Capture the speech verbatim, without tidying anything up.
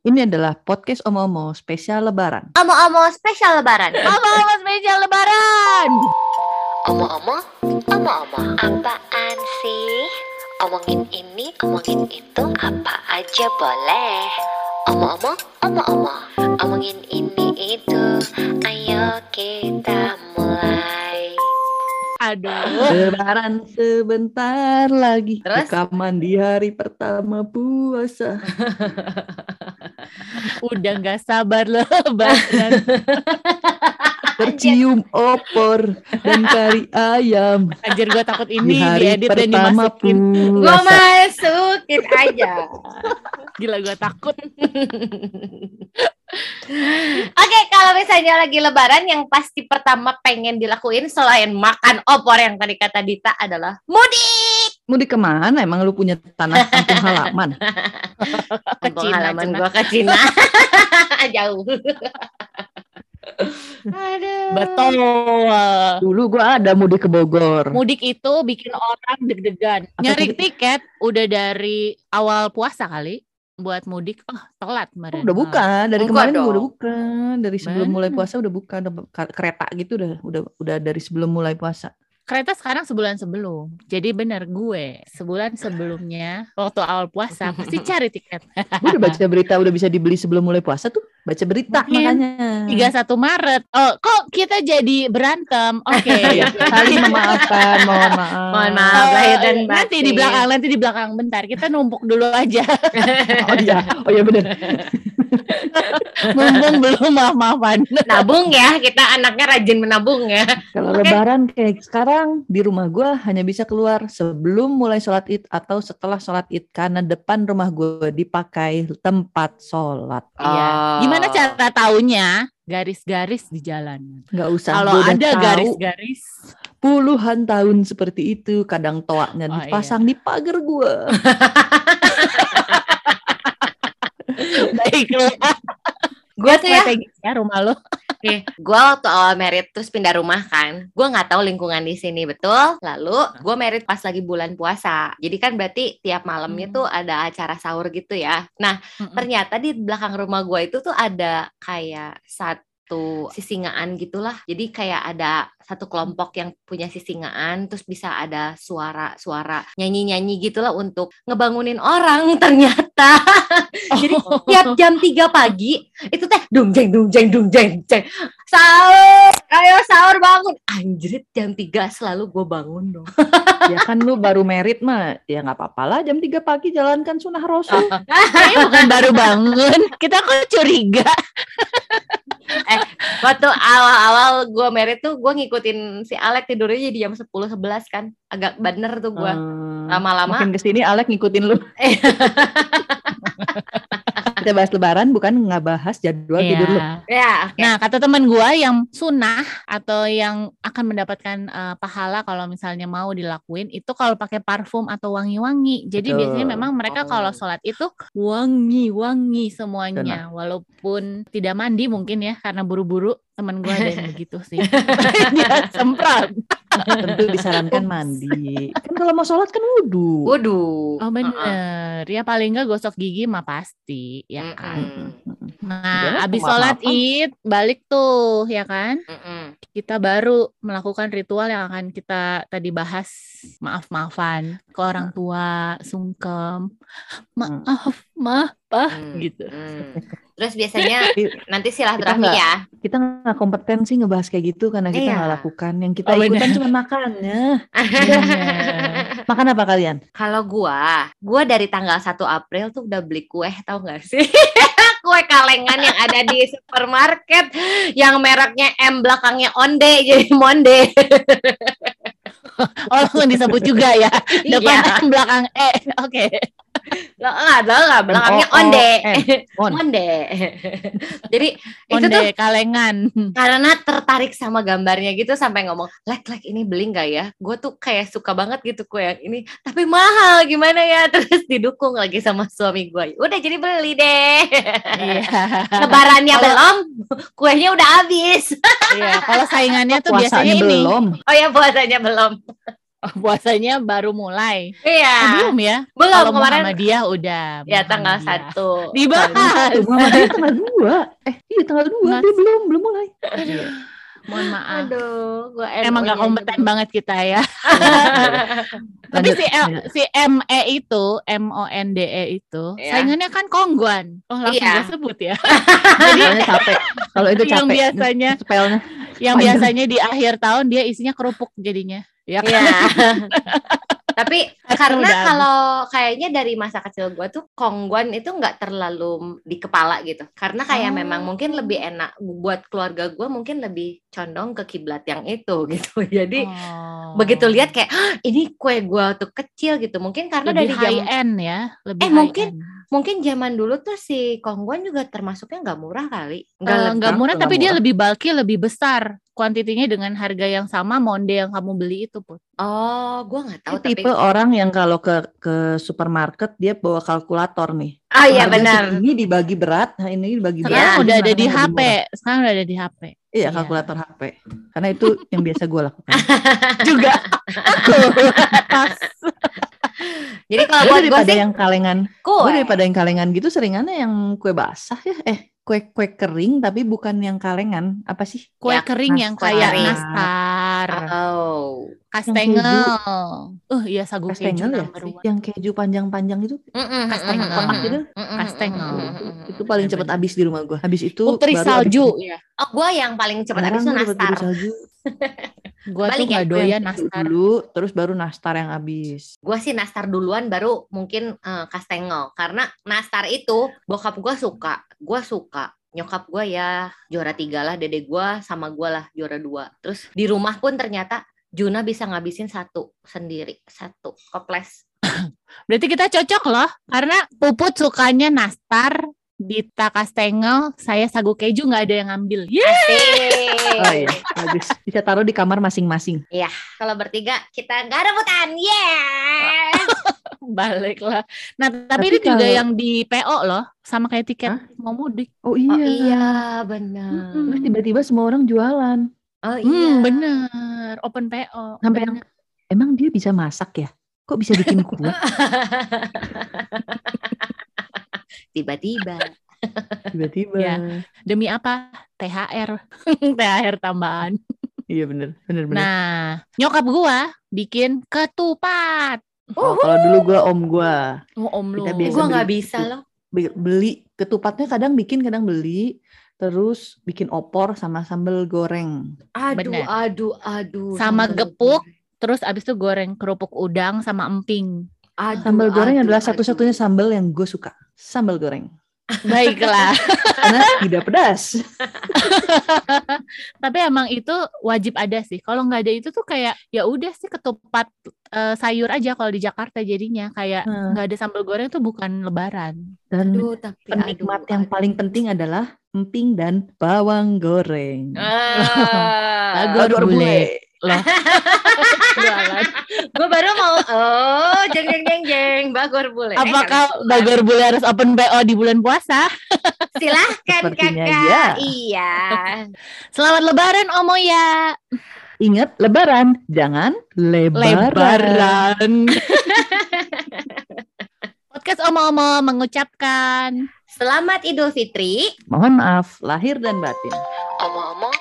Ini adalah podcast Omo-Omo spesial Lebaran. Omo-omo spesial Lebaran. Omo-omo spesial Lebaran. Omo-omo, omo-omo, apaan sih? Omongin ini, omongin itu, apa aja boleh. Omo-omo, omo-omo, omongin ini itu, ayo kita mulai. Aduh. Lebaran sebentar lagi. Terus? Rekaman di hari pertama puasa. Udah gak sabar Lebaran. Tercium opor dan kari ayam. Anjir, gue takut Di ini hari diedit dan pertama dimasukin. Gue puasa. masukin aja. Gila, gue takut. Oke, kalau misalnya lagi Lebaran, yang pasti pertama pengen dilakuin selain makan opor yang tadi kata Dita adalah mudik. Mudik kemana? Emang lu punya tanah kampung halaman? Ke Kampung Cina, halaman Cina. gue ke Cina. Jauh. Aduh. Betul. Dulu gua ada mudik ke Bogor. Mudik itu bikin orang deg-degan. Apa Nyari tadi? tiket udah dari awal puasa kali buat mudik. Oh, telat kemarin. Oh, udah buka dari Enggak kemarin dong. gua udah buka dari sebelum Bener. mulai puasa udah buka ada ka- kereta gitu udah udah udah dari sebelum mulai puasa. Kereta sekarang sebulan sebelum. Jadi bener, gue sebulan sebelumnya waktu awal puasa pasti cari tiket. Gua udah baca berita udah bisa dibeli sebelum mulai puasa tuh, baca berita Mungkin makanya. tiga puluh satu Maret. Oh, kok kita jadi berantem? Oke. Ya, saling memaafkan, mohon maaf. Mohon maaf Eh, lahir dan nanti batin. di belakang, nanti di belakang bentar. Kita numpuk dulu aja. Oh iya, oh iya benar. Mumpung belum maaf-maafan. Nabung ya, kita anaknya rajin menabung ya. Kalau Oke. lebaran kayak sekarang di rumah gua hanya bisa keluar sebelum mulai sholat id atau setelah sholat id karena depan rumah gua dipakai tempat sholat. Iya. Oh. Gimana cara taunya? Garis-garis di jalan. Nggak usah. Kalau gua udah ada tahu garis-garis, puluhan tahun seperti itu, kadang toaknya Oh, dipasang di pagar gua. baiklah. Gue tuh ya, Strategisnya rumah lo. nih, gue waktu awal merit terus pindah rumah kan, gue nggak tahu lingkungan di sini betul. Lalu gue merit pas lagi bulan puasa, jadi kan berarti tiap malamnya Hmm. tuh ada acara sahur gitu ya. Nah, Mm-mm. ternyata di belakang rumah gue itu tuh ada kayak satu sisingaan gitulah. Jadi kayak ada satu kelompok yang punya sisingaan, terus bisa ada suara-suara nyanyi-nyanyi gitulah untuk ngebangunin orang ternyata. Jadi tiap jam tiga pagi itu teh dung jeng dung jeng dung jeng jeng. Sahur, ayo sahur bangun. Anjrit, jam tiga selalu gue bangun dong. Ya kan lu baru merit mah, ya nggak apa-apa lah jam tiga pagi jalankan sunnah Rasul. Kayaknya bukan baru bangun. Kita kok curiga. Waktu awal-awal gue merit tuh gue ngikutin si Alek tidurnya jadi jam sepuluh sebelas kan. Agak bener tuh gue. Hmm, Lama-lama. Makin kesini Alek ngikutin lu. Kita bahas lebaran bukan nggak bahas jadwal tidur lu. Ya, oke. Nah, kata teman gua yang sunnah atau yang akan mendapatkan eh, pahala kalau misalnya mau dilakuin itu kalau pakai parfum atau wangi-wangi. Jadi Betul. biasanya memang mereka Oh. kalau sholat itu wangi-wangi semuanya, walaupun tidak mandi mungkin ya karena buru-buru. Teman gua ada yang begitu sih. Dia semprot. Tentu disarankan mandi. Kan kalau mau sholat kan wudhu. Waduh. Oh bener, ya paling nggak gosok gigi mah pasti, ya kan. Mm-mm. Nah, Udah, abis maaf-maafan. sholat id balik tuh, ya kan? Mm-mm. Kita baru melakukan ritual yang akan kita tadi bahas, maaf-maafan ke orang tua, sungkem, maaf, maaf, Pak, Hmm. gitu. Hmm. Terus biasanya nanti silaturahmi Kita nggak- ya. Kita nggak kompeten sih ngebahas kayak gitu karena kita Iya. nggak lakukan. Yang kita Oh, ikutan benar. cuma makannya. Bener. Makan apa kalian? Kalau gua, gua dari tanggal satu April tuh udah beli kue, tahu nggak sih? Kue kalengan yang ada di supermarket yang mereknya M belakangnya onde jadi monde. Oh, langsung disebut juga ya. Depan Iya. M, belakang E. Oke. Lah enggak, enggak, belakangnya M O O onde. N. Mon. Monde. Jadi itu Onde tuh kalengan. karena tertarik sama gambarnya gitu sampai ngomong, "Lek, lek ini beli nggak ya?" Gue tuh kayak suka banget gitu kue yang ini, tapi mahal gimana ya? Terus didukung lagi sama suami gue. Udah jadi beli deh. Iya. Lebarannya belum, kuenya udah habis. Iya, kalau saingannya tuh biasanya Puasanya ini. belum. Oh ya puasanya belum. Puasanya baru mulai. Iya. Eh, belum ya? Belum, Kalau kemarin Muhammadiyah udah. ya tanggal Muhammadiyah. satu. Dibahas. Muhammadiyah tanggal dua. Eh, iya tanggal dua. Mas- Dia belum, belum mulai. Iya. Mohon maaf. Aduh, gua Emang gak kompeten banget kita ya. Tapi Lanjut. si, L, si M E itu, M O N D E itu, Iya. saingannya kan Kongguan. Oh langsung Iya. gue sebut ya. Soalnya capek. Kalau itu Yang capek. biasanya Spellnya. Yang Panjang. biasanya di akhir tahun dia isinya kerupuk jadinya. Ya kan? Iya. Tapi karena udah kalau kayaknya dari masa kecil gue tuh Kongguan itu nggak terlalu di kepala gitu. Karena kayak Oh. memang mungkin lebih enak buat keluarga gue, mungkin lebih condong ke kiblat yang itu gitu. Jadi Oh. begitu lihat kayak "Hah, ini kue gue tuh kecil gitu. Mungkin karena lebih dari high jam end ya, lebih Eh, high mungkin end. mungkin zaman dulu tuh si Kongguan juga termasuknya nggak murah kali. Eh, nggak lebih- murah nggak tapi dia murah. lebih bulky, lebih besar kuantitinya dengan harga yang sama monde yang kamu beli itu pun. Oh, gue nggak tahu Ini tapi. tipe orang yang kalau ke ke supermarket dia bawa kalkulator nih. Ah iya Harga benar. Ini dibagi berat, nah ini dibagi Sekarang berat. udah ini ada mana di yang H lebih P. murah? Sekarang udah ada di H P. Iya, Iya. kalkulator H P. Karena itu yang biasa gue lakukan. Juga. Pas. Jadi kalau Gue buat gue daripada sih yang kalengan, kue. gue daripada yang kalengan gitu seringannya yang kue basah ya. Eh, kue kue kering tapi bukan yang kalengan. Apa sih? Kue Ya, kering yang kue kayak kering. nastar, Oh. kastengel. Uh, iya sagu keju Kastengel ya? number one. Yang keju panjang-panjang itu. Mm-mm, Kastengel. mm-mm, Kotak gitu. mm-mm, Kastengel. mm-mm, Itu, mm-mm. itu paling cepat Bener-bener. habis di rumah gue. Habis itu Putri baru salju habis- ya. Oh, gue yang paling cepat habis Sekarang itu gue dapat nastar. putri salju. Gua tuh Balik ya, nggak Gue yang doyan keju nastar. dulu, terus baru nastar yang habis. Gue sih nastar duluan, baru mungkin eh, kastengel. Karena nastar itu bokap gue suka, gue suka. Nyokap gue ya juara tiga lah, dede gue sama gue lah juara dua. Terus di rumah pun ternyata Juna bisa ngabisin satu sendiri, satu koples. Berarti kita cocok loh, karena Puput sukanya nastar, Dita kastengel, saya sagu keju nggak ada yang ngambil. Yeay! Asik. Oh iya, bagus. Bisa taruh di kamar masing-masing. Kalau bertiga kita nggak rebutan, yeah. Balik lah. Nah, tapi, Tapi ini juga kalau- yang di P O loh, sama kayak tiket Hah? mau mudik. Oh Oh iya. iya, benar. Terus tiba-tiba semua orang jualan. Oh iya. Hmm, bener. Open P O. Sampai Bener. Emang dia bisa masak ya? Kok bisa bikin kue? Tiba-tiba. Tiba-tiba. Ya. Demi apa? T H R. T H R tambahan. Iya bener, bener bener. Nah, nyokap gua bikin ketupat. Oh, kalau dulu gua om gua Oh, om lu. Kita Eh, biasa gue nggak beli bisa gitu. loh. be- beli ketupatnya kadang bikin kadang beli, terus bikin opor sama sambal goreng. Aduh, Bener. aduh, aduh. Sama sambal gepuk. goreng. Terus abis itu goreng kerupuk udang sama emping. Aduh, Sambal goreng aduh, adalah aduh. satu-satunya sambal yang gue suka. Sambal goreng. Baiklah. Karena tidak pedas. Tapi emang itu wajib ada sih. Kalau nggak ada itu tuh kayak ya udah sih ketupat eh, sayur aja kalau di Jakarta jadinya kayak Hmm. nggak ada sambal goreng tuh bukan lebaran. Dan Aduh, tapi penikmat aduh, yang aduh. paling penting adalah emping dan bawang goreng. Ah, Bagor Bagor bule. Loh. Jualan. gue baru mau oh jeng jeng jeng jeng bagor bule. Eh, Apakah kan, bagor bule harus open P O di bulan puasa? silahkan Sepertinya kakak. iya. Iya. Selamat lebaran Omoya. Ingat lebaran, jangan lebaran. Lebaran. Podcast Omo-Omo mengucapkan Selamat Idul Fitri. Mohon maaf lahir dan batin. Omong-omong